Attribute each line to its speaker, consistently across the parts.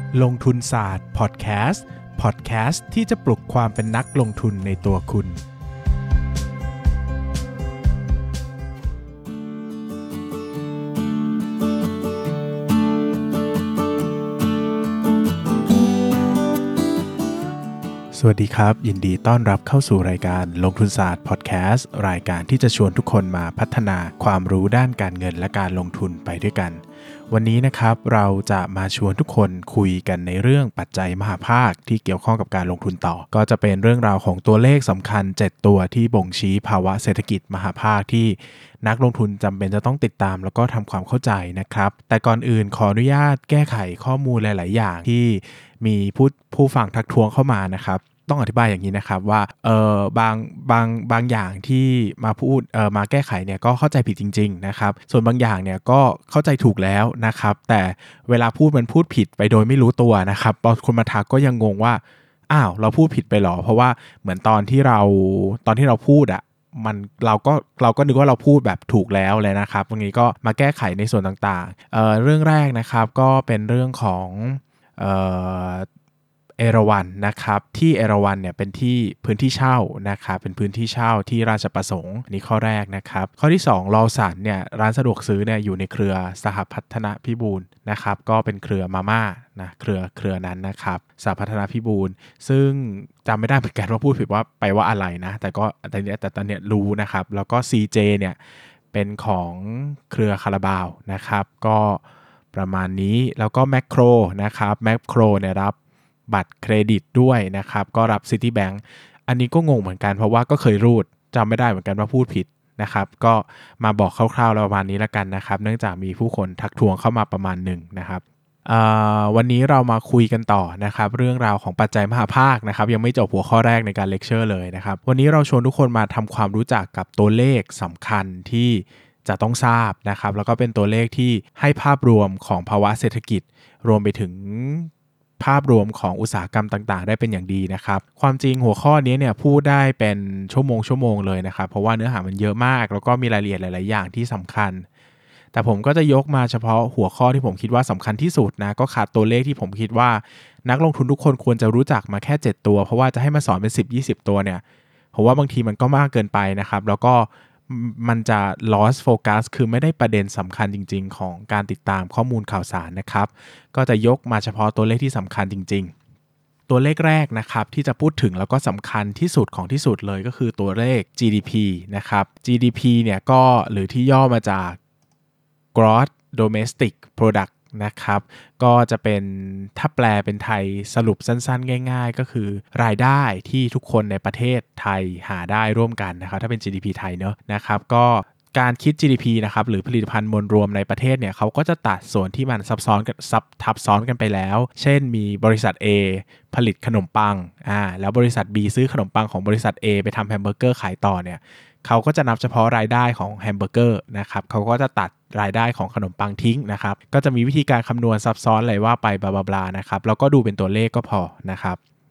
Speaker 1: ลงทุนศาสตร์พอดแคสต์ที่จะปลุกความเป็นนักลงทุนในตัวคุณสวัสดีครับยินดีต้อนรับเข้าสู่รายการลงทุนศาสตร์พอดแคสต์รายการที่จะชวนทุกคนมาพัฒนาความรู้ด้านการเงินและการลงทุนไปด้วยกันวันนี้นะครับเราจะมาชวนทุกคนคุยกันในเรื่องปัจจัยมหภาคที่เกี่ยวข้องกับการลงทุนต่อก็จะเป็นเรื่องราวของตัวเลขสำคัญ7ตัวที่บ่งชี้ภาวะเศรษฐกิจมหภาคที่นักลงทุนจำเป็นจะต้องติดตามแล้วก็ทำความเข้าใจนะครับแต่ก่อนอื่นขออนุญาตแก้ไขข้อมูลหลายๆอย่างที่มีผู้ฟังทักท้วงเข้ามานะครับต้องอธิบายอย่างนี้นะครับว่าบางอย่างที่มาพูดมาแก้ไขเนี่ยก็เข้าใจผิดจริงๆนะครับส่วนบางอย่างเนี่ยก็เข้าใจถูกแล้วนะครับแต่เวลาพูดมันพูดผิดไปโดยไม่รู้ตัวนะครับบางคนมาทักก็ยังงงว่าอ้าวเราพูดผิดไปหรอเพราะว่าเหมือนตอนที่เราพูดอะเราก็นึกว่าเราพูดแบบถูกแล้วเลยนะครับวันนี้ก็มาแก้ไขในส่วนต่างๆเรื่องแรกนะครับก็เป็นเรื่องของเอราวัณนะครับที่เอราวัณเนี่ยเป็นที่พื้นที่เช่านะครับเป็นพื้นที่เช่าที่ราชประสงค์นี่ข้อแรกนะครับข้อที่2ลอสันเนี่ยร้านสะดวกซื้อเนี่ยอยู่ในเครือสหพัฒนพิบูลนะครับก็เป็นเครือมาม่านะเครือนั้นนะครับสหพัฒนพิบูลซึ่งจำไม่ได้เหมือนกันว่าพูดผิดว่าไปว่าอะไรนะแต่ตอนเนี้ยรู้นะครับแล้วก็ CJ เนี่ยเป็นของเครือคาราบาวนะครับก็ประมาณนี้แล้วก็แมคโครนะครับแมคโครเนี่ยรับบัตรเครดิตด้วยนะครับก็รับ Citibank อันนี้ก็งงเหมือนกันเพราะว่าก็เคยรูดจำไม่ได้เหมือนกันว่าพูดผิดนะครับก็มาบอกคร่าวๆแล้วประมาณนี้ละกันนะครับเนื่องจากมีผู้คนทักท้วงเข้ามาประมาณหนึ่งนะครับวันนี้เรามาคุยกันต่อนะครับเรื่องราวของปัจจัยมหภาคนะครับยังไม่จบหัวข้อแรกในการเลคเชอร์เลยนะครับวันนี้เราชวนทุกคนมาทำความรู้จักกับตัวเลขสำคัญที่จะต้องทราบนะครับแล้วก็เป็นตัวเลขที่ให้ภาพรวมของภาวะเศรษฐกิจรวมไปถึงภาพรวมของอุตสาหกรรมต่างๆได้เป็นอย่างดีนะครับความจริงหัวข้อนี้เนี่ยพูดได้เป็นชั่วโมงเลยนะครับเพราะว่าเนื้อหามันเยอะมากแล้วก็มีรายละเอียดหลายๆอย่างที่สำคัญแต่ผมก็จะยกมาเฉพาะหัวข้อที่ผมคิดว่าสำคัญที่สุดนะก็คัดตัวเลขที่ผมคิดว่านักลงทุนทุกคนควรจะรู้จักมาแค่7ตัวเพราะว่าจะให้มาสอนเป็น10-20ตัวเนี่ยผมว่าบางทีมันก็มากเกินไปนะครับแล้วก็มันจะ lost focus คือไม่ได้ประเด็นสำคัญจริงๆของการติดตามข้อมูลข่าวสารนะครับก็จะยกมาเฉพาะตัวเลขที่สำคัญจริงๆตัวเลขแรกนะครับที่จะพูดถึงแล้วก็สำคัญที่สุดของที่สุดเลยก็คือตัวเลข GDP นะครับ GDP เนี่ยก็หรือที่ย่อมาจาก Gross Domestic Product นะครับก็จะเป็นถ้าแปลเป็นไทยสรุปสั้นๆง่ายๆก็คือรายได้ที่ทุกคนในประเทศไทยหาได้ร่วมกันนะครับถ้าเป็น GDP ไทยเนอะนะครับก็การคิด GDP นะครับหรือผลิตภัณฑ์มวลรวมในประเทศเนี่ยเขาก็จะตัดส่วนที่มันทับซ้อนกันไปแล้วเช่นมีบริษัท A ผลิตขนมปังแล้วบริษัท B ซื้อขนมปังของบริษัท A ไปทำแฮมเบอร์เกอร์ขายต่อเนี่ยเขาก็จะนับเฉพาะรายได้ของแฮมเบอร์เกอร์นะครับเขาก็จะตัดรายได้ของขนมปังทิ้งนะครับก็จะมีวิธีการคำนวณซับซ้อนอะไรว่าไปบลาๆนะครับแล้วก็ดูเป็นตัวเลขก็พอนะครับ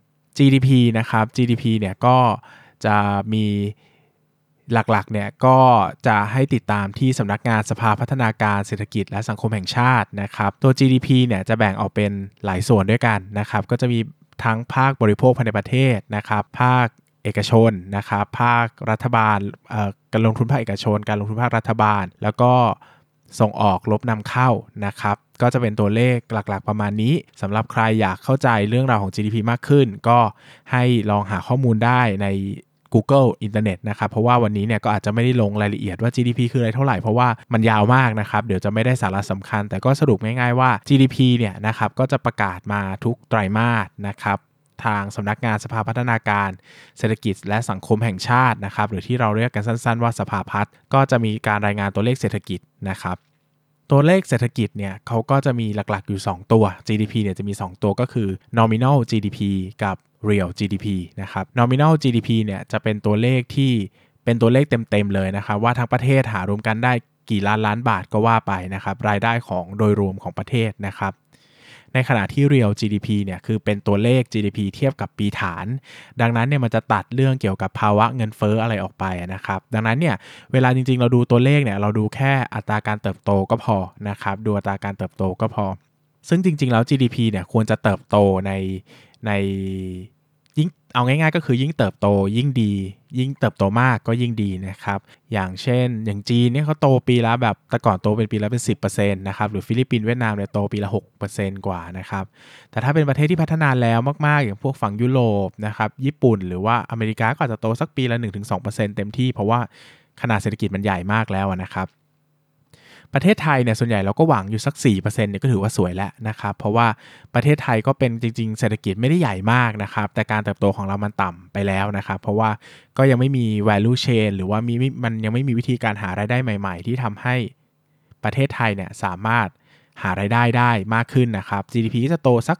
Speaker 1: GDP นะครับ GDP เนี่ยก็จะมีหลักๆเนี่ยก็จะให้ติดตามที่สำนักงานสภาพัฒนาการเศรษฐกิจและสังคมแห่งชาตินะครับตัว GDP เนี่ยจะแบ่งออกเป็นหลายส่วนด้วยกันนะครับก็จะมีทั้งภาคบริโภคภายในประเทศนะครับภาคเอกชนนะครับภาครัฐบาลการลงทุนภาคเอกชนการลงทุนภาครัฐบาลแล้วก็ส่งออกลบนำเข้านะครับก็จะเป็นตัวเลขหลักๆประมาณนี้สำหรับใครอยากเข้าใจเรื่องราวของ GDP มากขึ้นก็ให้ลองหาข้อมูลได้ใน Google อินเทอร์เน็ตนะครับเพราะว่าวันนี้เนี่ยก็อาจจะไม่ได้ลงรายละเอียดว่า GDP คืออะไรเท่าไหร่เพราะว่ามันยาวมากนะครับเดี๋ยวจะไม่ได้สาระสำคัญแต่ก็สรุปง่ายๆว่า GDP เนี่ยนะครับก็จะประกาศมาทุกไตรมาสนะครับทางสำนักงานสภาพัฒนาการเศรษฐกิจและสังคมแห่งชาตินะครับหรือที่เราเรียกกันสั้นๆว่าสภาพัฒน์ก็จะมีการรายงานตัวเลขเศรษฐกิจนะครับตัวเลขเศรษฐกิจเนี่ยเขาก็จะมีหลักๆอยู่2ตัว GDP เนี่ยจะมี2ตัวก็คือ nominal GDP กับ real GDP นะครับ nominal GDP เนี่ยจะเป็นตัวเลขที่เป็นตัวเลขเต็มๆเลยนะครับว่าทั้งประเทศหารวมกันได้กี่ล้านบาทก็ว่าไปนะครับรายได้ของโดยรวมของประเทศนะครับในขณะที่ real GDP เนี่ยคือเป็นตัวเลข GDP เทียบกับปีฐานดังนั้นเนี่ยมันจะตัดเรื่องเกี่ยวกับภาวะเงินเฟ้ออะไรออกไปนะครับดังนั้นเนี่ยเวลาจริงๆเราดูตัวเลขเนี่ยเราดูแค่อัตราการเติบโตก็พอนะครับดูอัตราการเติบโตก็พอซึ่งจริงๆแล้ว GDP เนี่ยควรจะเติบโตในยิ่งเอาง่ายๆก็คือยิ่งเติบโตยิ่งดียิ่งเติบโตมากก็ยิ่งดีนะครับอย่างเช่นอย่างจีนเนี่ยเขาโตปีละแบบแต่ก่อนโตเป็นปีละเป็น 10% นะครับหรือฟิลิปปินส์เวียดนามเนี่ยโตปีละ 6% กว่านะครับแต่ถ้าเป็นประเทศที่พัฒนาแล้วมากๆอย่างพวกฝั่งยุโรปนะครับญี่ปุ่นหรือว่าอเมริกาก็อาจจะโตสักปีละ 1-2% เต็มที่เพราะว่าขนาดเศรษฐกิจมันใหญ่มากแล้วนะครับประเทศไทยเนี่ยส่วนใหญ่เราก็หวังอยู่สัก 4% เนี่ยก็ถือว่าสวยแล้วนะครับเพราะว่าประเทศไทยก็เป็นจริงๆเศรษฐกิจไม่ได้ใหญ่มากนะครับแต่การเติบโตของเรามันต่ำไปแล้วนะครับเพราะว่าก็ยังไม่มี value chain หรือว่ามันยังไม่มีวิธีการหารายได้ใหม่ๆที่ทำให้ประเทศไทยเนี่ยสามารถหารายได้มากขึ้นนะครับ GDP ก็จะโตสัก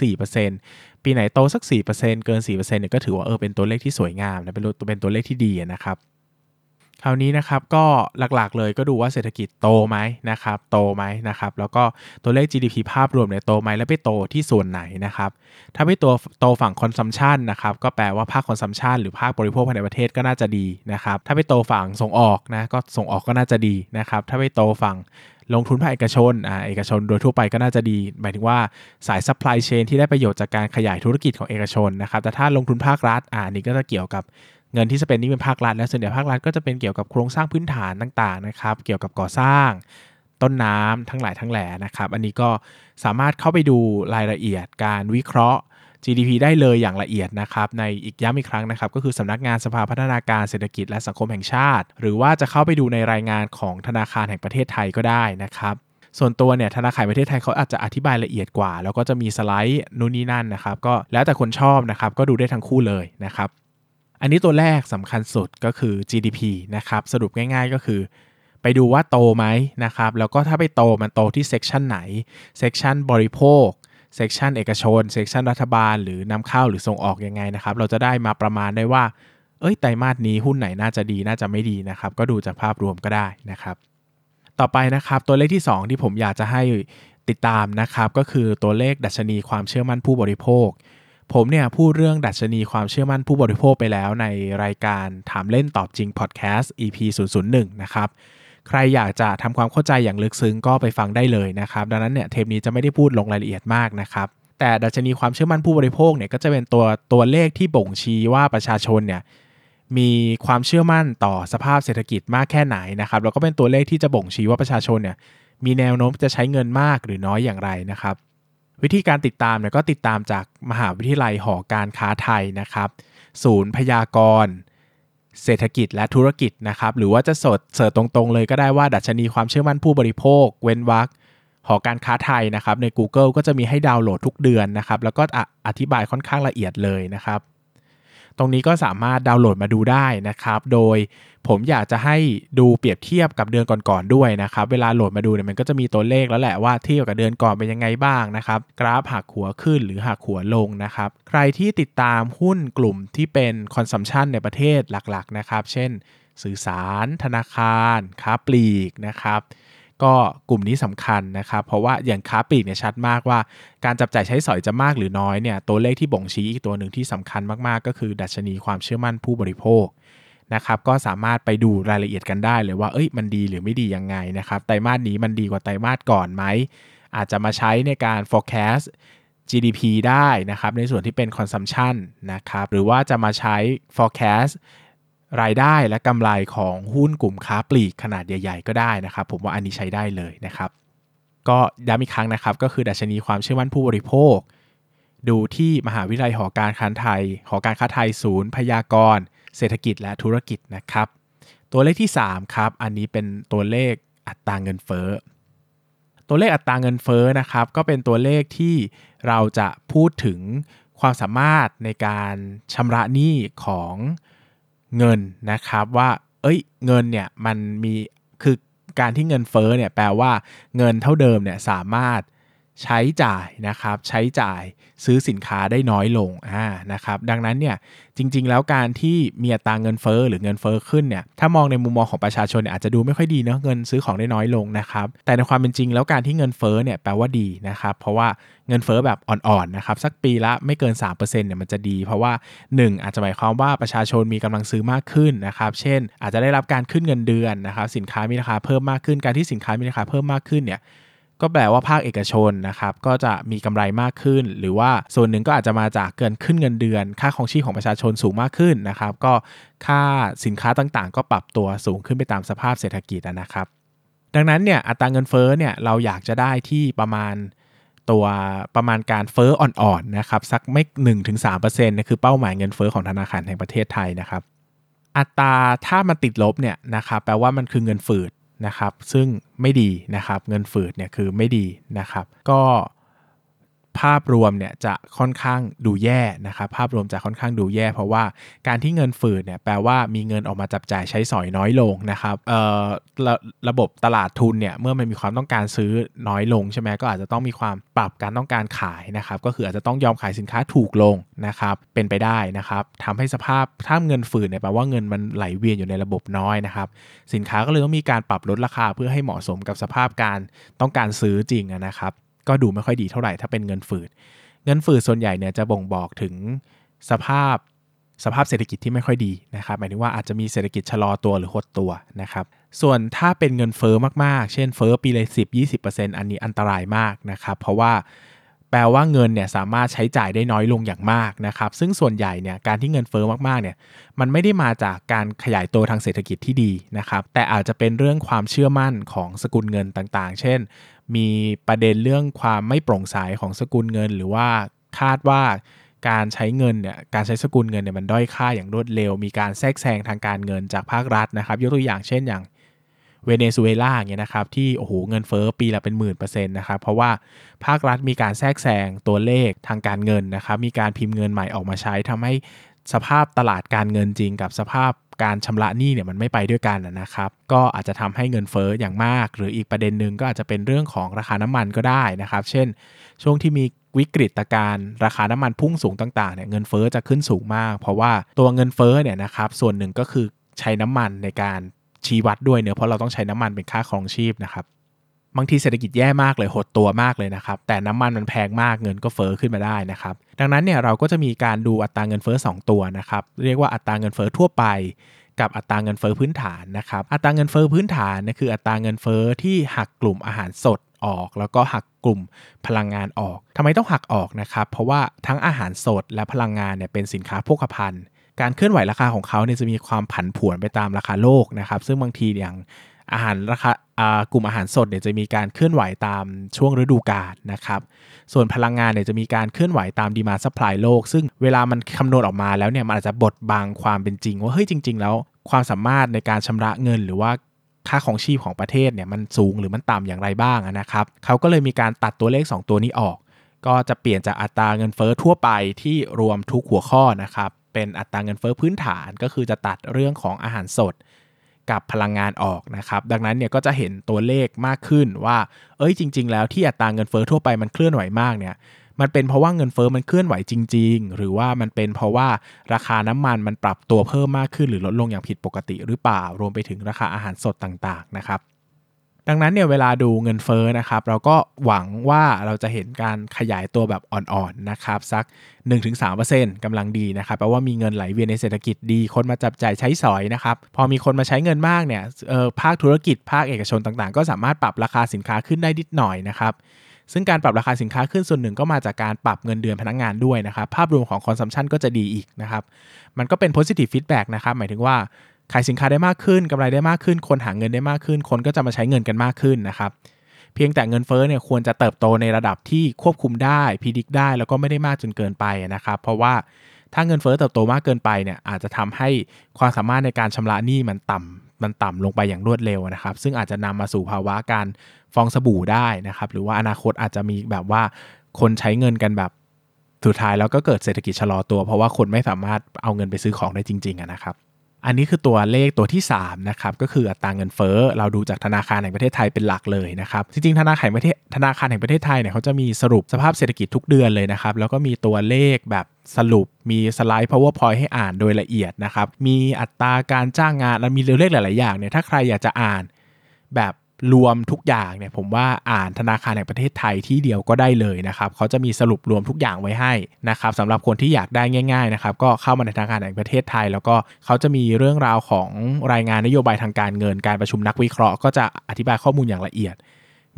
Speaker 1: 2-4% ปีไหนโตสัก 4% เกิน 4% เนี่ยก็ถือว่าเป็นตัวเลขที่สวยงามนะเป็นตัวเลขที่ดีนะครับ คราวนี้นะครับก็หลักๆเลยก็ดูว่าเศรษฐกิจโตไหมนะครับโตไหมนะครับแล้วก็ตัวเลข GDP ภาพรวมเนี่ยโตไหมและไปโตที่ส่วนไหนนะครับถ้าไปโตฝั่ง consumption นะครับก็แปลว่าภาค consumption หรือภาคบริโภคภายในประเทศก็น่าจะดีนะครับถ้าไปโตฝั่งส่งออกนะก็ส่งออกก็น่าจะดีนะครับถ้าไปโตฝั่งลงทุนภาคเอกชนเอกชนโดยทั่วไปก็น่าจะดีหมายถึงว่าสาย supply chain ที่ได้ประโยชน์จากการขยายธุรกิจของเอกชนนะครับแต่ถ้าลงทุนภาครัฐนี่ก็จะเกี่ยวกับเงินที่จะเป็นนี่เป็นภาครัฐและส่วนใหญ่ภาครัฐก็จะเป็นเกี่ยวกับโครงสร้างพื้นฐานต่างๆนะครับเกี่ยวกับก่อสร้างต้นน้ำทั้งหลายทั้งแหล่นะครับอันนี้ก็สามารถเข้าไปดูรายละเอียดการวิเคราะห์ GDP ได้เลยอย่างละเอียดนะครับในย้ำอีกครั้งนะครับก็คือสำนักงานสภาพัฒนาการเศรษฐกิจและสังคมแห่งชาติหรือว่าจะเข้าไปดูในรายงานของธนาคารแห่งประเทศไทยก็ได้นะครับส่วนตัวเนี่ยธนาคารประเทศไทยเขาอาจจะอธิบายละเอียดกว่าแล้วก็จะมีสไลด์นู่นนี่นั่นนะครับก็แล้วแต่คนชอบนะครับก็ดูได้ทั้งคู่เลยนะครับอันนี้ตัวแรกสำคัญสุดก็คือ GDP นะครับสรุปง่ายๆก็คือไปดูว่าโตไหมนะครับแล้วก็ถ้าไปโตมันโตที่เซกชันไหนเซกชันบริโภคเซกชันเอกชนเซกชันรัฐบาลหรือนำเข้าหรือส่งออกยังไงนะครับเราจะได้มาประมาณได้ว่าไตรมาสนี้หุ้นไหนน่าจะดีน่าจะไม่ดีนะครับก็ดูจากภาพรวมก็ได้นะครับต่อไปนะครับตัวเลขที่2ที่ผมอยากจะให้ติดตามนะครับก็คือตัวเลขดัชนีความเชื่อมั่นผู้บริโภคผมเนี่ยพูดเรื่องดัชนีความเชื่อมั่นผู้บริโภคไปแล้วในรายการถามเล่นตอบจริงพอดแคสต์ EP 001นะครับใครอยากจะทำความเข้าใจอย่างลึกซึ้งก็ไปฟังได้เลยนะครับดังนั้นเนี่ยเทปนี้จะไม่ได้พูดลงรายละเอียดมากนะครับแต่ดัชนีความเชื่อมั่นผู้บริโภคเนี่ยก็จะเป็นตัวเลขที่บ่งชี้ว่าประชาชนเนี่ยมีความเชื่อมั่นต่อสภาพเศรษฐกิจมากแค่ไหนนะครับแล้วก็เป็นตัวเลขที่จะบ่งชี้ว่าประชาชนเนี่ยมีแนวโน้มจะใช้เงินมากหรือน้อยอย่างไรนะครับวิธีการติดตามเนี่ยก็ติดตามจากมหาวิทยาลัยหอการค้าไทยนะครับศูนย์พยากรณ์เศรษฐกิจและธุรกิจนะครับหรือว่าจะเสิร์ชตรงๆเลยก็ได้ว่าดัชนีความเชื่อมั่นผู้บริโภคเว้นวรรคหอการค้าไทยนะครับใน Google ก็จะมีให้ดาวน์โหลดทุกเดือนนะครับแล้วก็อธิบายค่อนข้างละเอียดเลยนะครับตรงนี้ก็สามารถดาวน์โหลดมาดูได้นะครับโดยผมอยากจะให้ดูเปรียบเทียบกับเดือนก่อนๆด้วยนะครับเวลาโหลดมาดูเนี่ยมันก็จะมีตัวเลขแล้วแหละว่าเทียบกับเดือนก่อนเป็นยังไงบ้างนะครับกราฟหักหัวขึ้นหรือหักหัวลงนะครับใครที่ติดตามหุ้นกลุ่มที่เป็นคอนซัมชันในประเทศหลักๆนะครับเช่นสื่อสารธนาคารค้าปลีกนะครับก็กลุ่มนี้สำคัญนะครับเพราะว่าอย่างค้าปลีกเนี่ยชัดมากว่าการจับจ่ายใช้สอยจะมากหรือน้อยเนี่ยตัวเลขที่บ่งชี้อีกตัวหนึ่งที่สำคัญมากๆก็คือดัชนีความเชื่อมั่นผู้บริโภคนะครับก็สามารถไปดูรายละเอียดกันได้เลยว่ามันดีหรือไม่ดียังไงนะครับไตรมาสนี้มันดีกว่าไตรมาสก่อนไหมอาจจะมาใช้ในการ forecast GDP ได้นะครับในส่วนที่เป็น consumption นะครับหรือว่าจะมาใช้ forecastรายได้และกำไรของหุ้นกลุ่มค้าปลีกขนาดใหญ่ๆก็ได้นะครับผมว่าอันนี้ใช้ได้เลยนะครับก็ย้ำอีกครั้งนะครับก็คือดัชนีความเชื่อมั่นผู้บริโภคดูที่มหาวิทยาลัยหอการค้าไทยศูนย์พยากรณ์เศรษฐกิจและธุรกิจนะครับตัวเลขที่3ครับอันนี้เป็นตัวเลขอัตราเงินเฟ้อตัวเลขอัตราเงินเฟ้อนะครับก็เป็นตัวเลขที่เราจะพูดถึงความสามารถในการชำระหนี้ของเงินนะครับว่าเงินเนี่ยมันมีคือการที่เงินเฟ้อเนี่ยแปลว่าเงินเท่าเดิมเนี่ยสามารถใช้จ่ายนะครับใช้จ่ายซื้อสินค้าได้น้อยลงนะครับดังนั้นเนี่ยจริงๆแล้วการที่มีอัตราเงินเฟ้อหรือเงินเฟ้อขึ้นเนี่ยถ้ามองในมุมมองของประชาชนเนี่ยอาจจะดูไม่ค่อยดีเนาะเงินซื้อของได้น้อยลงนะครับแต่ในความเป็นจริงแล้วการที่เงินเฟ้อเนี่ยแปลว่าดีนะครับเพราะว่าเงินเฟ้อแบบอ่อนๆนะครับสักปีละไม่เกิน 3% เนี่ยมันจะดีเพราะว่า1อาจจะหมายความว่าประชาชนมีกำลังซื้อมากขึ้นนะครับเช่นอาจจะได้รับการขึ้นเงินเดือนนะครับสินค้ามีราคาเพิ่มมากขึ้นการที่สินค้ามีราคาเพิ่มมากขึ้นเนี่ยก็แปลว่าภาคเอกชนนะครับก็จะมีกำไรมากขึ้นหรือว่าส่วนหนึ่งก็อาจจะมาจากเกินขึ้นเงินเดือนค่าครองชีพของประชาชนสูงมากขึ้นนะครับก็ค่าสินค้าต่างๆก็ปรับตัวสูงขึ้นไปตามสภาพเศรษฐกิจนะครับดังนั้นเนี่ยอัตราเงินเฟ้อเนี่ยเราอยากจะได้ที่ประมาณการเฟ้ออ่อนๆนะครับสักไม่ 1-3% นะคือเป้าหมายเงินเฟ้อของธนาคารแห่งประเทศไทยนะครับอัตราถ้ามันติดลบเนี่ยนะครับแปลว่ามันคือเงินฝืดนะครับซึ่งไม่ดีนะครับเงินฝืดเนี่ยคือไม่ดีนะครับก็ภาพรวมเนี่ยจะค่อนข้างดูแย่นะครับภาพรวมจะค่อนข้างดูแย่เพราะว่าการที่เงินฝืดเนี่ยแปลว่ามีเงินออกมาจับจ่ายใช้สอยน้อยลงนะครับระบบตลาดทุนเนี่ยเมื่อมันมีความต้องการซื้อน้อยลงใช่ไหมก็อาจจะต้องมีความปรับการต้องการขายนะครับก็คืออาจจะต้องยอมขายสินค้าถูกลงนะครับเป็นไปได้นะครับทำให้สภาพถ้าเงินฝืดเนี่ยแปลว่าเงินมันไหลเวียนอยู่ในระบบน้อยนะครับสินค้าก็เลยต้องมีการปรับลดราคาเพื่อให้เหมาะสมกับสภาพการต้องการซื้อจริงนะครับก็ดูไม่ค่อยดีเท่าไหร่ถ้าเป็นเงินฝืดส่วนใหญ่เนี่ยจะบ่งบอกถึงสภาพเศรษฐกิจที่ไม่ค่อยดีนะครับหมายถึงว่าอาจจะมีเศรษฐกิจชะลอตัวหรือหดตัวนะครับส่วนถ้าเป็นเงินเฟ้อมากๆเช่นเฟ้อปีละ 10-20% อันนี้อันตรายมากนะครับเพราะว่าแปลว่าเงินเนี่ยสามารถใช้จ่ายได้น้อยลงอย่างมากนะครับซึ่งส่วนใหญ่เนี่ยการที่เงินเฟ้อมากๆเนี่ยมันไม่ได้มาจากการขยายตัวทางเศรษฐกิจที่ดีนะครับแต่อาจจะเป็นเรื่องความเชื่อมั่นของสกุลเงินต่างๆเช่นมีประเด็นเรื่องความไม่โปร่งใสของสกุลเงินหรือว่าคาดว่าการใช้เงินเนี่ยการใช้สกุลเงินเนี่ยมันด้อยค่าอย่างรวดเร็วมีการแทรกแซงทางการเงินจากภาครัฐนะครับยกตัวอย่างเช่นอย่างเวเนซุเอลาอย่างเงี้ยนะครับที่โอ้โหเงินเฟ้อปีละเป็น 10,000% นะครับเพราะว่าภาครัฐมีการแทรกแซงตัวเลขทางการเงินนะครับมีการพิมพ์เงินใหม่ออกมาใช้ทำให้สภาพตลาดการเงินจริงกับสภาพการชำระหนี้เนี่ยมันไม่ไปด้วยกันนะครับก็อาจจะทำให้เงินเฟ้ออย่างมากหรืออีกประเด็นหนึ่งก็อาจจะเป็นเรื่องของราคาน้ำมันก็ได้นะครับเช่นช่วงที่มีวิกฤตการณ์ราคาน้ำมันพุ่งสูงต่างๆเนี่ยเงินเฟ้อจะขึ้นสูงมากเพราะว่าตัวเงินเฟ้อเนี่ยนะครับส่วนหนึ่งก็คือใช้น้ำมันในการชี้วัดด้วยเนอะเพราะเราต้องใช้น้ำมันเป็นค่าครองชีพนะครับบางทีเศรษฐกิจแย่มากเลยหดตัวมากเลยนะครับแต่น้ำมันมันแพงมากเงินก็เฟ้อขึ้นมาได้นะครับดังนั้นเนี่ยเราก็จะมีการดูอัตราเงินเฟ้อ2ตัวนะครับเรียกว่าอัตราเงินเฟ้อทั่วไปกับอัตราเงินเฟ้อพื้นฐานนะครับอัตราเงินเฟ้อพื้นฐานเนี่ยคืออัตราเงินเฟ้อที่หักกลุ่มอาหารสดออกแล้วก็หักกลุ่มพลังงานออกทำไมต้องหักออกนะครับเพราะว่าทั้งอาหารสดและพลังงานเนี่ยเป็นสินค้าโภคภัณฑ์การเคลื่อนไหวราคาของเขาเนี่ยจะมีความผันผวนไปตามราคาโลกนะครับซึ่งบางทีอย่างอาหารราคากลุ่มอาหารสดเนี่ยจะมีการเคลื่อนไหวตามช่วงฤดูกาลนะครับส่วนพลังงานเนี่ยจะมีการเคลื่อนไหวตามดีมานด์ซัพพลายโลกซึ่งเวลามันคำนวณออกมาแล้วเนี่ยมันอาจจะบดบังความเป็นจริงว่าเฮ้ยจริงๆแล้วความสามารถในการชำระเงินหรือว่าค่าของชีพของประเทศเนี่ยมันสูงหรือมันต่ำอย่างไรบ้างนะครับเขาก็เลยมีการตัดตัวเลข2ตัวนี้ออกก็จะเปลี่ยนจากอัตราเงินเฟ้อทั่วไปที่รวมทุกหัวข้อนะครับเป็นอัตราเงินเฟ้อพื้นฐานก็คือจะตัดเรื่องของอาหารสดกับพลังงานออกนะครับดังนั้นเนี่ยก็จะเห็นตัวเลขมากขึ้นว่าจริงๆแล้วที่อัตราเงินเฟ้อทั่วไปมันเคลื่อนไหวมากเนี่ยมันเป็นเพราะว่าเงินเฟ้อมันเคลื่อนไหวจริงๆหรือว่ามันเป็นเพราะว่าราคาน้ำมันมันปรับตัวเพิ่มมากขึ้นหรือลดลงอย่างผิดปกติหรือเปล่ารวมไปถึงราคาอาหารสดต่างๆนะครับดังนั้นเนี่ยเวลาดูเงินเฟ้อนะครับเราก็หวังว่าเราจะเห็นการขยายตัวแบบอ่อนๆนะครับสัก 1-3% กำลังดีนะครับแปลว่ามีเงินไหลเวียนในเศรษฐกิจดีคนมาจับจ่ายใช้สอยนะครับพอมีคนมาใช้เงินมากเนี่ยภาคธุรกิจภาคเอกชนต่างๆก็สามารถปรับราคาสินค้าขึ้นได้นิดหน่อยนะครับซึ่งการปรับราคาสินค้าขึ้นส่วนหนึ่งก็มาจากการปรับเงินเดือนพนักงานด้วยนะครับภาพรวมของ consumption ก็จะดีอีกนะครับมันก็เป็น positive feedback นะครับหมายถึงว่าขายสินค้าได้มากขึ้นกำไรได้มากขึ้นคนหาเงินได้มากขึ้นคนก็จะมาใช้เงินกันมากขึ้นนะครับเพียงแต่เงินเฟ้อเนี่ยควรจะเติบโตในระดับที่ควบคุมได้พิจิตรได้แล้วก็ไม่ได้มากจนเกินไปนะครับเพราะว่าถ้าเงินเฟ้อเติบโตมากเกินไปเนี่ยอาจจะทำให้ความสามารถในการชำระหนี้มันต่ำลงไปอย่างรวดเร็วนะครับซึ่งอาจจะนำมาสู่ภาวะการฟองสบู่ได้นะครับหรือว่าอนาคตอาจจะมีแบบว่าคนใช้เงินกันแบบสุดท้ายแล้วก็เกิดเศรษฐกิจชะลอตัวเพราะว่าคนไม่สามารถเอาเงินไปซื้อของได้จริงๆนะครับอันนี้คือตัวเลขตัวที่3นะครับก็คืออัตราเงินเฟ้อเราดูจากธนาคารแห่งประเทศไทยเป็นหลักเลยนะครับจริงๆธนาคารแห่งประเทศไทยเนี่ยเขาจะมีสรุปสภาพเศรษฐกิจทุกเดือนเลยนะครับแล้วก็มีตัวเลขแบบสรุปมีสไลด์ PowerPoint ให้อ่านโดยละเอียดนะครับมีอัตราการจ้างงานและมีตัวเลขหลายๆอย่างเนี่ยถ้าใครอยากจะอ่านแบบรวมทุกอย่างเนี่ยผมว่าอ่านธนาคารแห่งประเทศไทยที่เดียวก็ได้เลยนะครับเขาจะมีสรุปรวมทุกอย่างไว้ให้นะครับสำหรับคนที่อยากได้ง่ายๆนะครับก็เข้ามาในธนาคารแห่งประเทศไทยแล้วก็เขาจะมีเรื่องราวของรายงานนโยบายทางการเงินการประชุมนักวิเคราะห์ก็จะอธิบายข้อมูลอย่างละเอียด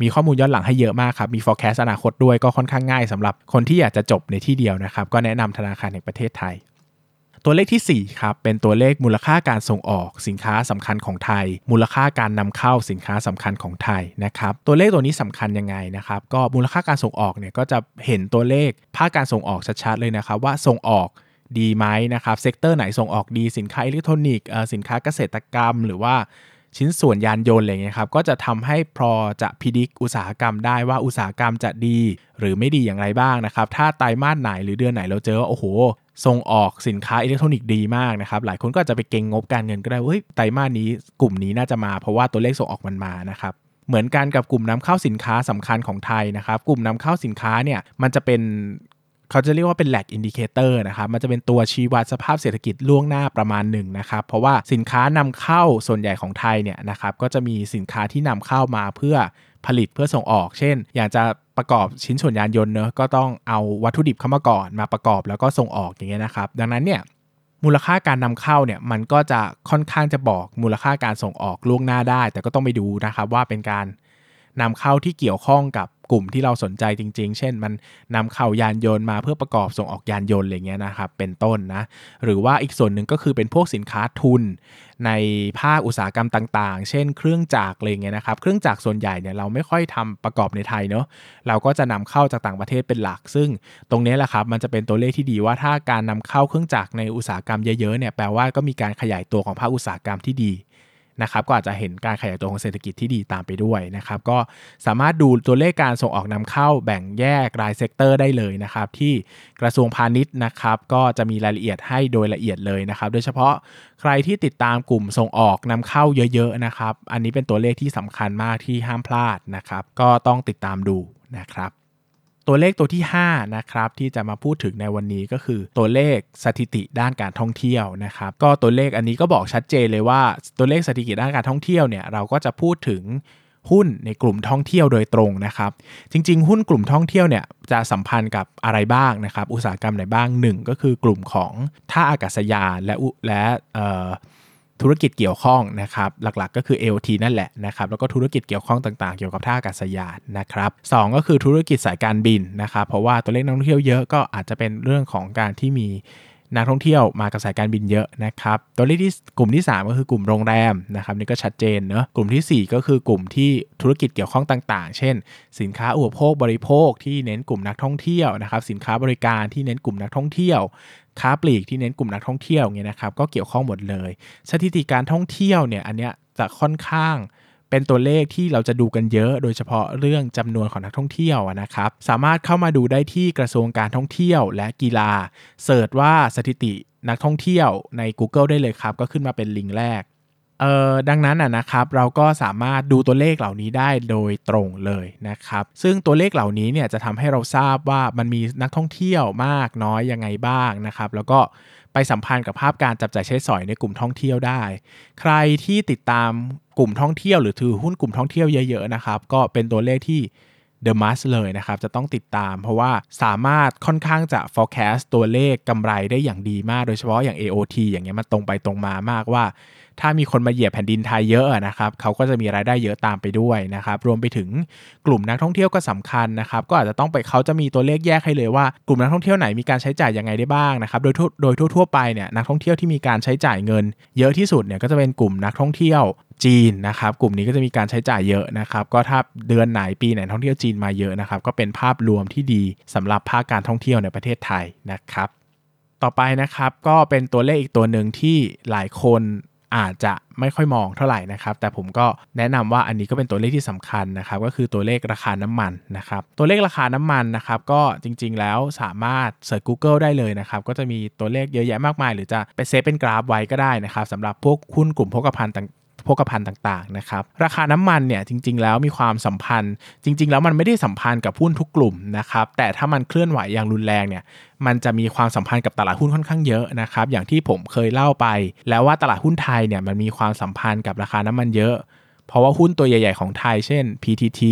Speaker 1: มีข้อมูลย้อนหลังให้เยอะมากครับมี forecast อนาคตด้วยก็ค่อนข้างง่ายสำหรับคนที่อยากจะจบในที่เดียวนะครับก็แนะนำธนาคารแห่งประเทศไทยตัวเลขที่4ครับเป็นตัวเลขมูลค่าการส่งออกสินค้าสำคัญของไทยมูลค่าการนำเข้าสินค้าสำคัญของไทยนะครับตัวเลขตัวนี้สำคัญยังไงนะครับก็มูลค่าการส่งออกเนี่ยก็จะเห็นตัวเลขภาคการส่งออกชัดๆเลยนะครับว่าส่งออกดีไหมนะครับเซกเตอร์ไหนส่งออกดีสินค้าอิเล็กทรอนิกส์สินค้าเกษตรกรรมหรือว่าชิ้นส่วนยานยนต์อะไรเงี้ยครับก็จะทำให้พอจะพิจิตรอุตสาหกรรมได้ว่าอุตสาหกรรมจะดีหรือไม่ดีอย่างไรบ้างนะครับถ้าไตรมาสไหนหรือเดือนไหนเราเจอว่าโอ้โหส่งออกสินค้าอิเล็กทรอนิกส์ดีมากนะครับหลายคนก็จะไปเก็งงบการเงินก็ได้เฮ้ยไตรมาสนี้กลุ่มนี้น่าจะมาเพราะว่าตัวเลขส่งออกมันมานะครับเหมือนกันกับกลุ่มนำเข้าสินค้าสำคัญของไทยนะครับกลุ่มนำเข้าสินค้าเนี่ยมันจะเป็นเขาจะเรียกว่าเป็น lag indicator นะครับมันจะเป็นตัวชี้วัดสภาพเศรษฐกิจล่วงหน้าประมาณหนึ่งนะครับเพราะว่าสินค้านำเข้าส่วนใหญ่ของไทยเนี่ยนะครับก็จะมีสินค้าที่นำเข้ามาเพื่อผลิตเพื่อส่งออกเช่นอยากจะประกอบชิ้นส่วนยานยนต์เนอะก็ต้องเอาวัตถุดิบเข้ามาก่อนมาประกอบแล้วก็ส่งออกอย่างเงี้ยนะครับดังนั้นเนี่ยมูลค่าการนำเข้าเนี่ยมันก็จะค่อนข้างจะบอกมูลค่าการส่งออกล่วงหน้าได้แต่ก็ต้องไปดูนะครับว่าเป็นการนำเข้าที่เกี่ยวข้องกับกลุ่มที่เราสนใจจริงๆเช่นมันนำเข้ายานยนต์มาเพื่อประกอบส่งออกยานยนต์อะไรเงี้ยนะครับเป็นต้นนะหรือว่าอีกส่วนหนึ่งก็คือเป็นพวกสินค้าทุนในภาคอุตสาหกรรมต่างๆเช่นเครื่องจักรอะไรเงี้ยนะครับเครื่องจักรส่วนใหญ่เนี่ยเราไม่ค่อยทำประกอบในไทยเนาะเราก็จะนำเข้าจากต่างประเทศเป็นหลักซึ่งตรงนี้แหละครับมันจะเป็นตัวเลขที่ดีว่าถ้าการนำเข้าเครื่องจักรในอุตสาหกรรมเยอะๆเนี่ยแปลว่าก็มีการขยายตัวของภาคอุตสาหกรรมที่ดีนะครับก็อาจจะเห็นการขยายตัวของเศรษฐกิจที่ดีตามไปด้วยนะครับก็สามารถดูตัวเลขการส่งออกนำเข้าแบ่งแยกรายเซกเตอร์ได้เลยนะครับที่กระทรวงพาณิชย์นะครับก็จะมีรายละเอียดให้โดยละเอียดเลยนะครับโดยเฉพาะใครที่ติดตามกลุ่มส่งออกนำเข้าเยอะๆนะครับอันนี้เป็นตัวเลขที่สำคัญมากที่ห้ามพลาดนะครับก็ต้องติดตามดูนะครับตัวเลขตัวที่5นะครับที่จะมาพูดถึงในวันนี้ก็คือตัวเลขสถิติด้านการท่องเที่ยวนะครับก็ตัวเลขอันนี้ก็บอกชัดเจนเลยว่าตัวเลขสถิติด้านการท่องเที่ยวเนี่ยเราก็จะพูดถึงหุ้นในกลุ่มท่องเที่ยวโดยตรงนะครับจริงๆหุ้นกลุ่มท่องเที่ยวเนี่ยจะสัมพันธ์กับอะไรบ้างนะครับอุตสาหกรรมไหนบ้าง1ก็คือกลุ่มของท่าอากาศยานและธุรกิจเกี่ยวข้องนะครับหลักๆก็คือ AOT นั่นแหละนะครับแล้วก็ธุรกิจเกี่ยวข้องต่างๆเกี่ยวกับท่าอากาศยานนะครับ2ก็คือธุรกิจสายการบินนะครับเพราะว่าตัวเลขนักท่องเที่ยวเยอะก็อาจจะเป็นเรื่องของการที่มีนักท่องเที่ยวมากับสายการบินเยอะนะครับตัวเลขที่กลุ่มที่3ก็คือกลุ่มโรงแรมนะครับนี่ก็ชัดเจนเนอะกลุ่มที่4ก็คือกลุ่มที่ธุรกิจเกี่ยวข้องต่างๆเช่นสินค้าอุปโภคบริโภคที่เน้นกลุ่มนักท่องเที่ยวนะครับสินค้าบริการที่เน้นกลุ่มนักท่องเที่ยวค้าปลีกที่เน้นกลุ่มนักท่องเที่ยวเงี้ยนะครับก็เกี่ยวข้องหมดเลยสถิติการท่องเที่ยวเนี่ยอันเนี้ยจะค่อนข้างเป็นตัวเลขที่เราจะดูกันเยอะโดยเฉพาะเรื่องจำนวนของนักท่องเที่ยวนะครับสามารถเข้ามาดูได้ที่กระทรวงการท่องเที่ยวและกีฬาเสิร์ชว่าสถิตินักท่องเที่ยวใน Google ได้เลยครับก็ขึ้นมาเป็นลิงก์แรกดังนั้นนะครับเราก็สามารถดูตัวเลขเหล่านี้ได้โดยตรงเลยนะครับซึ่งตัวเลขเหล่านี้เนี่ยจะทำให้เราทราบว่ามันมีนักท่องเที่ยวมากน้อยยังไงบ้างนะครับแล้วก็ไปสัมพันธ์กับภาพการจับจ่ายใช้สอยในกลุ่มท่องเที่ยวได้ใครที่ติดตามกลุ่มท่องเที่ยวหรือถือหุ้นกลุ่มท่องเที่ยวเยอะๆนะครับก็เป็นตัวเลขที่The Must เลยนะครับจะต้องติดตามเพราะว่าสามารถค่อนข้างจะ forecast ตัวเลขกำไรได้อย่างดีมากโดยเฉพาะอย่าง AOT อย่างเงี้ยมันตรงไปตรงมามากว่าถ้ามีคนมาเหยียบแผ่นดินไทยเยอะนะครับเขาก็จะมีรายได้เยอะตามไปด้วยนะครับรวมไปถึงกลุ่มนักท่องเที่ยวก็สำคัญนะครับก็อาจจะต้องไปเขาจะมีตัวเลขแยกให้เลยว่ากลุ่มนักท่องเที่ยวไหนมีการใช้จ่ายยังไงได้บ้างนะครับโดยทั่วไปเนี่ยนักท่องเที่ยวที่มีการใช้จ่ายเงินเยอะที่สุดเนี่ยก็จะเป็นกลุ่มนักท่องเที่ยวจีนนะครับกลุ่มนี้ก็จะมีการใช้จ่ายเยอะนะครับก็ถ้าเดือนไหนปีไหนท่องเที่ยวจีนมาเยอะนะครับก็เป็นภาพรวมที่ดีสำหรับภาคการท่องเที่ยวในประเทศไทยนะครับต่อไปนะครับก็เป็นตัวเลขอีกตัวหนึ่งที่หลายคนอาจจะไม่ค่อยมองเท่าไหร่นะครับแต่ผมก็แนะนำว่าอันนี้ก็เป็นตัวเลขที่สำคัญนะครับก็คือตัวเลขราคาน้ำมันนะครับตัวเลขราคาน้ำมันนะครับก็จริงๆแล้วสามารถเสิร์ช Google ได้เลยนะครับก็จะมีตัวเลขเยอะแยะมากมายหรือจะไปเซฟเป็นกราฟไว้ก็ได้นะครับสำหรับพวกหุ้นกลุ่มโภคภัณฑ์ต่างๆนะครับราคาน้ำมันเนี่ยจริงๆแล้วมีความสัมพันธ์จริงๆแล้วมันไม่ได้สัมพันธ์กับหุ้นทุกกลุ่มนะครับแต่ถ้ามันเคลื่อนไหวอย่างรุนแรงเนี่ยมันจะมีความสัมพันธ์กับตลาดหุ้นค่อนข้างเยอะนะครับอย่างที่ผมเคยเล่าไปแล้วว่าตลาดหุ้นไทยเนี่ยมันมีความสัมพันธ์กับราคาน้ำมันเยอะเพราะว่าหุ้นตัวใหญ่ๆของไทยเช่น PTT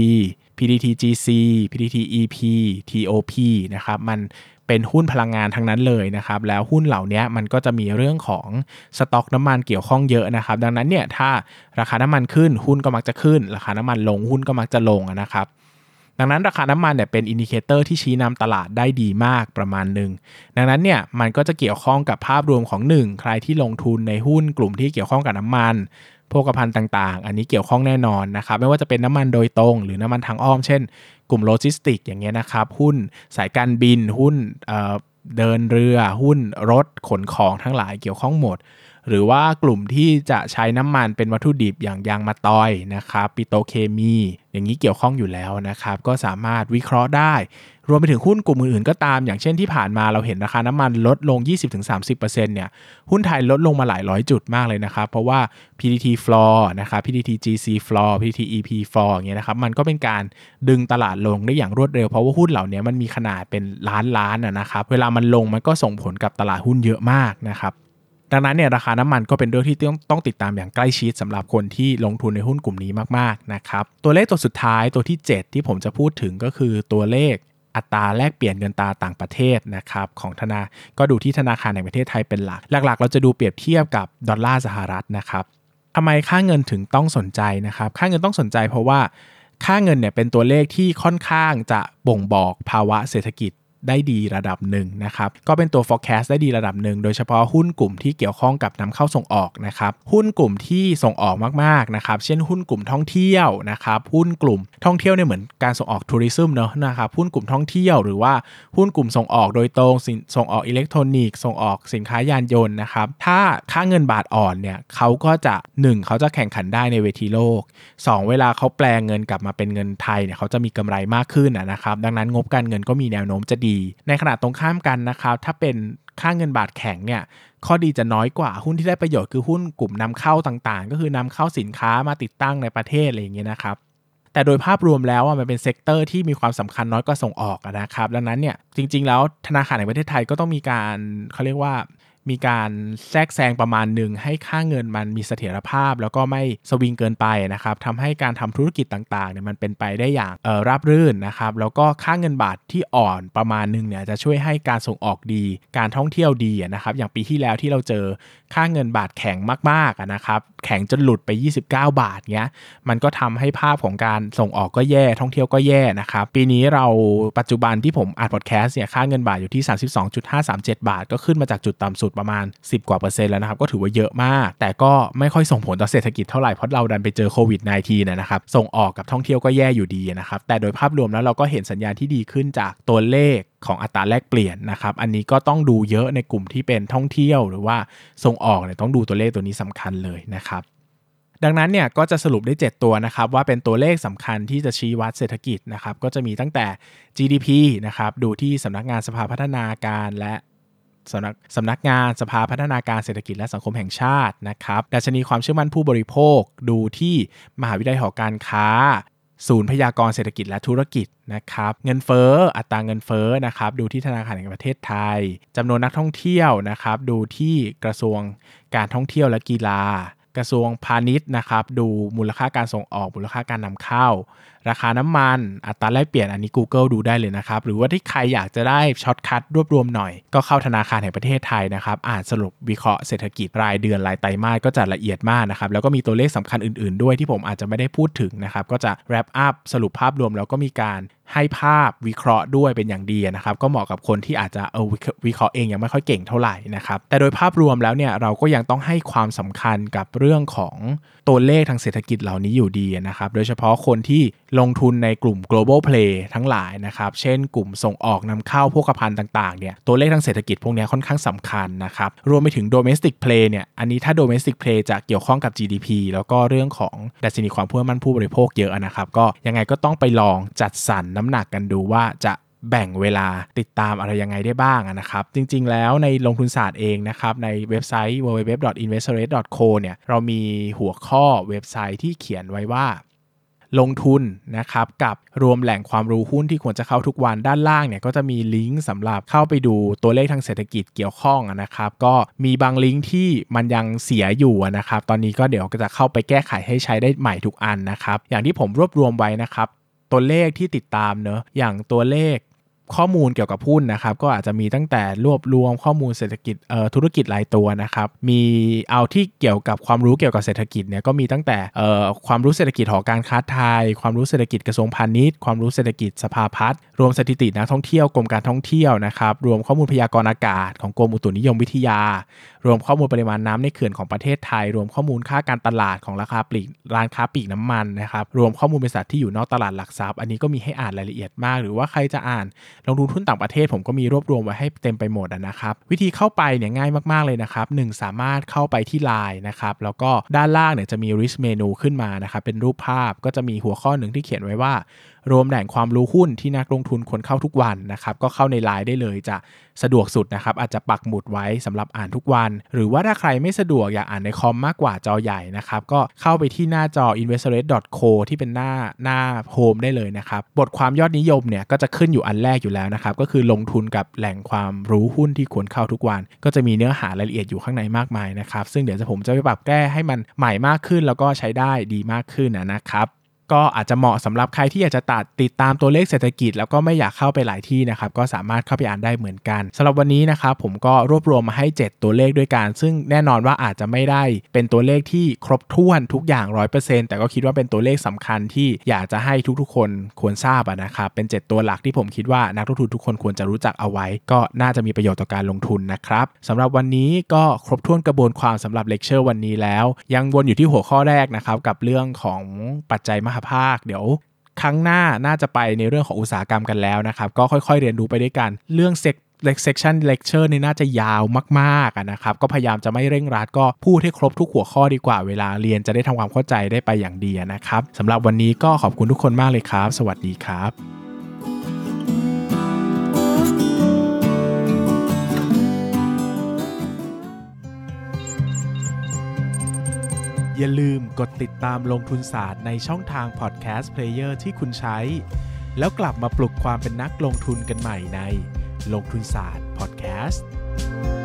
Speaker 1: PTTGC PTTEP TOP นะครับมันเป็นหุ้นพลังงานทั้งนั้นเลยนะครับแล้วหุ้นเหล่านี้มันก็จะมีเรื่องของสต็อกน้ำมันเกี่ยวข้องเยอะนะครับดังนั้นเนี่ยถ้าราคาน้ำมันขึ้นหุ้นก็มักจะขึ้นราคาน้ำมันลงหุ้นก็มักจะลงนะครับดังนั้นราคาน้ำมันเนี่ยเป็นอินดิเคเตอร์ที่ชี้นำตลาดได้ดีมากประมาณนึงดังนั้นเนี่ยมันก็จะเกี่ยวข้องกับภาพรวมของ1ใครที่ลงทุนในหุ้นกลุ่มที่เกี่ยวข้องกับน้ำมันโภคภัณฑ์ต่างๆอันนี้เกี่ยวข้องแน่นอนนะครับไม่ว่าจะเป็นน้ำมันโดยตรงหรือน้ำมันทางอ้อมเช่นกลุ่มโลจิสติกอย่างเงี้ยนะครับหุ้นสายการบินหุ้นเดินเรือหุ้นรถขนของทั้งหลายเกี่ยวข้องหมดหรือว่ากลุ่มที่จะใช้น้ำมันเป็นวัตถุดิบอย่างยางมะตอยนะครับปิโตรเคมีอย่างนี้เกี่ยวข้องอยู่แล้วนะครับก็สามารถวิเคราะห์ได้รวมไปถึงหุ้นกลุ่มอื่นๆก็ตามอย่างเช่นที่ผ่านมาเราเห็นราคาน้ำมันลดลง 20-30% เนี่ยหุ้นไทยลดลงมาหลายร้อยจุดมากเลยนะครับเพราะว่า PTT Floor นะครับ PTTGC Floor PTTEP Floor อย่างเงี้ยนะครับมันก็เป็นการดึงตลาดลงได้อย่างรวดเร็วเพราะว่าหุ้นเหล่านี้มันมีขนาดเป็นล้านนะครับเวลามันลงมันก็ส่งผลกับตลาดหุ้นเยอะมากนะครับดังนั้นเนี่ยราคาน้ำมันก็เป็นเรื่องที่ต้องติดตามอย่างใกล้ชิดสำหรับคนที่ลงทุนในหุ้นกลุ่มนี้มากๆนะครับตัวเลขตัวสุดท้ายตัวที่7ที่ผมจะพูดถึงก็คือตัวเลขอัตราแลกเปลี่ยนเงินตราต่างประเทศนะครับของก็ดูที่ธนาคารแห่งประเทศไทยเป็นหลักเราจะดูเปรียบเทียบกับดอลลาร์สหรัฐนะครับทำไมค่าเงินถึงต้องสนใจนะครับค่าเงินต้องสนใจเพราะว่าค่าเงินเนี่ยเป็นตัวเลขที่ค่อนข้างจะบ่งบอกภาวะเศรษฐกิจได้ดีระดับหนึ่งนะครับก็เป็นตัว forecast ได้ดีระดับหนึ่งโดยเฉพาะหุ้นกลุ่มที่เกี่ยวข้องกับนำเข้าส่งออกนะครับหุ้นกลุ่มที่ส่งออกมากๆนะครับเช่นหุ้นกลุ่มท่องเที่ยวนะครับหุ้นกลุ่มท่องเที่ยวเนี่ยเหมือนการส่งออกทัวริซึมเนอะนะครับหุ้นกลุ่มท่องเที่ยวหรือว่าหุ้นกลุ่มส่งออกโดยตรงส่งออกอิเล็กทรอนิกส์ส่งออกสินค้ายานยนต์นะครับถ้าค่าเงินบาทอ่อนเนี่ยเขาก็จะ1เขาจะแข่งขันได้ในเวทีโลก2เวลาเขาแปลงเงินกลับมาเป็นเงินไทยเนี่ยเขาจะมีกำไรมากขึ้นนะครับดังนั้นงบการเงินก็มีแนวโน้มจะดีในขณะตรงข้ามกันนะครับถ้าเป็นค่าเงินบาทแข็งเนี่ยข้อดีจะน้อยกว่าหุ้นที่ได้ประโยชน์คือหุ้นกลุ่มนำเข้าต่างๆก็คือนำเข้าสินค้ามาติดตั้งในประเทศอะไรอย่างเงี้ยนะครับแต่โดยภาพรวมแล้วมันเป็นเซกเตอร์ที่มีความสำคัญน้อยกว่าส่งออกนะครับดังนั้นเนี่ยจริงๆแล้วธนาคารแห่งประเทศไทยก็ต้องมีการเขาเรียกว่ามีการแทรกแซงประมาณหนึ่งให้ค่าเงินมันมีเสถียรภาพแล้วก็ไม่สวิงเกินไปนะครับทำให้การทำธุรกิจต่างๆเนี่ยมันเป็นไปได้อย่างราบรื่นนะครับแล้วก็ค่าเงินบาทที่อ่อนประมาณหนึ่งเนี่ยจะช่วยให้การส่งออกดีการท่องเที่ยวดีนะครับอย่างปีที่แล้วที่เราเจอค่าเงินบาทแข็งมากๆนะครับแข็งจนหลุดไป29 บาทเงี้ยมันก็ทำให้ภาพของการส่งออกก็แย่ท่องเที่ยวก็แย่นะครับปีนี้เราปัจจุบันที่ผมอัดพอดแคสต์เนี่ยค่าเงินบาทอยู่ที่ 32.537 บาทก็ขึ้นมาจากจุดต่ำสุดประมาณ10กว่า%แล้วนะครับก็ถือว่าเยอะมากแต่ก็ไม่ค่อยส่งผลต่อเศรษฐกิจเท่าไหร่เพราะเราดันไปเจอโควิด -19 นะครับส่งออกกับท่องเที่ยวก็แย่อยู่ดีนะครับแต่โดยภาพรวมแล้วเราก็เห็นสัญญาณที่ดีขึ้นจากตัวเลขของอัตราแลกเปลี่ยนนะครับอันนี้ก็ต้องดูเยอะในกลุ่มที่เป็นท่องเที่ยวหรือว่าส่งออกเนี่ยต้องดูตัวเลขตัวนี้สำคัญเลยนะครับดังนั้นเนี่ยก็จะสรุปได้7ตัวนะครับว่าเป็นตัวเลขสำคัญที่จะชี้วัดเศรษฐกิจนะครับก็จะมีตั้งแต่ GDP นะครับดูที่สำนักงานสภาพัฒนาการและสำนักงานสภาพัฒนาการเศรษฐกิจและสังคมแห่งชาตินะครับดัชนีความเชื่อมั่นผู้บริโภคดูที่มหาวิทยาลัยหอการค้าศูนย์พยากรณ์เศรษฐกิจและธุรกิจนะครับเงินเฟ้ออัตราเงินเฟ้อนะครับดูที่ธนาคารแห่งประเทศไทยจำนวนนักท่องเที่ยวนะครับดูที่กระทรวงการท่องเที่ยวและกีฬากระทรวงพาณิชย์นะครับดูมูลค่าการส่งออกมูลค่าการนำเข้าราคาน้ำมันอัตราแลกเปลี่ยนอันนี้ Google ดูได้เลยนะครับหรือว่าที่ใครอยากจะได้ช็อตคัทรวบรวมหน่อยก็เข้าธนาคารแห่งประเทศไทยนะครับอ่านสรุปวิเคราะห์เศรษฐกิจรายเดือนรายไตรมาสก็จะละเอียดมากนะครับแล้วก็มีตัวเลขสำคัญอื่นๆด้วยที่ผมอาจจะไม่ได้พูดถึงนะครับก็จะแรปอัพสรุปภาพรวมแล้วก็มีการให้ภาพวิเคราะห์ด้วยเป็นอย่างดีนะครับก็เหมาะกับคนที่อาจจะวิเคราะห์เองยังไม่ค่อยเก่งเท่าไหร่นะครับแต่โดยภาพรวมแล้วเนี่ยเราก็ยังต้องให้ความสำคัญกับเรื่องของตัวเลขทางเศรษฐกิจเหล่านี้อยู่ดีนะครับโดยเฉพาะคนที่ลงทุนในกลุ่ม global play ทั้งหลายนะครับเช่นกลุ่มส่งออกนำเข้าโภคภัณฑ์ต่างๆเนี่ยตัวเลขทางเศรษฐกิจพวกนี้ค่อนข้างสำคัญนะครับรวมไปถึง domestic play เนี่ยอันนี้ถ้า domestic play จะเกี่ยวข้องกับ GDP แล้วก็เรื่องของดัชนีความเชื่อมั่นผู้บริโภคเยอะนะครับก็ยังไงก็ต้องไปลองจัดสรรน้ำหนักกันดูว่าจะแบ่งเวลาติดตามอะไรยังไงได้บ้างนะครับจริงๆแล้วในลงทุนศาสตร์เองนะครับในเว็บไซต์ www.investorate.co เนี่ยเรามีหัวข้อเว็บไซต์ที่เขียนไว้ว่าลงทุนนะครับกับรวมแหล่งความรู้หุ้นที่ควรจะเข้าทุกวันด้านล่างเนี่ยก็จะมีลิงก์สำหรับเข้าไปดูตัวเลขทางเศรษฐกิจเกี่ยวข้องนะครับก็มีบางลิงก์ที่มันยังเสียอยู่นะครับตอนนี้ก็เดี๋ยวก็จะเข้าไปแก้ไขให้ใช้ได้ใหม่ทุกอันนะครับอย่างที่ผมรวบรวมไว้นะครับตัวเลขที่ติดตามเนอะอย่างตัวเลขข้อมูลเกี่ยวกับหุ้นนะครับก็อาจจะมีตั้งแต่รวบรวมข้อมูลเศรษฐกิจธุรกิจรายตัวนะครับมีเอาที่เกี่ยวกับความรู้เกี่ยวกับเศรษฐกิจเนี่ยก็มีตั้งแต่ความรู้เศรษฐกิจหอการค้าไทยความรู้เศรษฐกิจกระทรวงพาณิชย์ความรู้เศรษฐกิจสภาพัฒน์รวมสถิตินักท่องเที่ยวกรมการท่องเที่ยวนะครับรวมข้อมูลพยากรณ์อากาศของกรมอุตุนิยมวิทยารวมข้อมูลปริมาณน้ำในเขื่อนของประเทศไทยรวมข้อมูลค่าการตลาดของราคาปลีกร้านค้าปลีกน้ำมันนะครับรวมข้อมูลบริษัทที่อยู่นอกตลาดหลักทรัพย์อันนี้ก็มีให้อ่านรายละเอียดมากหรือว่าใครจะอ่านลงทุนหุ้นต่างประเทศผมก็มีรวบรวมไว้ให้เต็มไปหมดนะครับวิธีเข้าไปเนี่ยง่ายมากๆเลยนะครับ1สามารถเข้าไปที่ LINE นะครับแล้วก็ด้านล่างเนี่ยจะมี Risk Menu ขึ้นมานะครับเป็นรูปภาพก็จะมีหัวข้อหนึ่งที่เขียนไว้ว่ารวมแหล่งความรู้หุ้นที่นักลงทุนควรเข้าทุกวันนะครับก็เข้าใน LINE ได้เลยจะสะดวกสุดนะครับอาจจะปักหมุดไว้สำหรับอ่านทุกวันหรือว่าถ้าใครไม่สะดวกอยากอ่านในคอมมากกว่าจอใหญ่นะครับก็เข้าไปที่หน้าจอ investorate.co ที่เป็นหน้าโฮมได้เลยนะครับบทความยอดนิยมเนี่ยก็จะขึ้นอยู่อันแรกอยู่แล้วนะครับก็คือลงทุนกับแหล่งความรู้หุ้นที่ควรเข้าทุกวันก็จะมีเนื้อหารายละเอียดอยู่ข้างในมากมายนะครับซึ่งเดี๋ยวผมจะไปปรับแก้ให้มันใหม่มากขึ้นแล้วก็ใช้ได้ดีมากขึ้นนะครับก็อาจจะเหมาะสำหรับใครที่อยากจะติดตามตัวเลขเศรษฐกิจแล้วก็ไม่อยากเข้าไปหลายที่นะครับก็สามารถเข้าไปอ่านได้เหมือนกันสำหรับวันนี้นะครับผมก็รวบรวมมาให้7ตัวเลขด้วยกันซึ่งแน่นอนว่าอาจจะไม่ได้เป็นตัวเลขที่ครบถ้วนทุกอย่าง 100% แต่ก็คิดว่าเป็นตัวเลขสำคัญที่อยากจะให้ทุกๆคนควรทราบนะครับเป็น7ตัวหลักที่ผมคิดว่านักลงทุนทุกคนควรจะรู้จักเอาไว้ก็น่าจะมีประโยชน์ต่อการลงทุนนะครับสำหรับวันนี้ก็ครบถ้วนกระบวนความสำหรับเลคเชอร์วันนี้แล้วยังวนอยู่ที่หัวข้อแรกนะครับกับเรื่องของปัจจัยมหภาคเดี๋ยวครั้งหน้าน่าจะไปในเรื่องของอุตสาหกรรมกันแล้วนะครับก็ค่อยๆเรียนรู้ไปด้วยกันเรื่องsection lecture นี่น่าจะยาวมากๆนะครับก็พยายามจะไม่เร่งรัดก็พูดให้ครบทุกหัวข้อดีกว่าเวลาเรียนจะได้ทำความเข้าใจได้ไปอย่างดีนะครับสำหรับวันนี้ก็ขอบคุณทุกคนมากเลยครับสวัสดีครับอย่าลืมกดติดตามลงทุนศาสตร์ในช่องทางพอดแคสต์เพลเยอร์ที่คุณใช้แล้วกลับมาปลุกความเป็นนักลงทุนกันใหม่ในลงทุนศาสตร์พอดแคสต์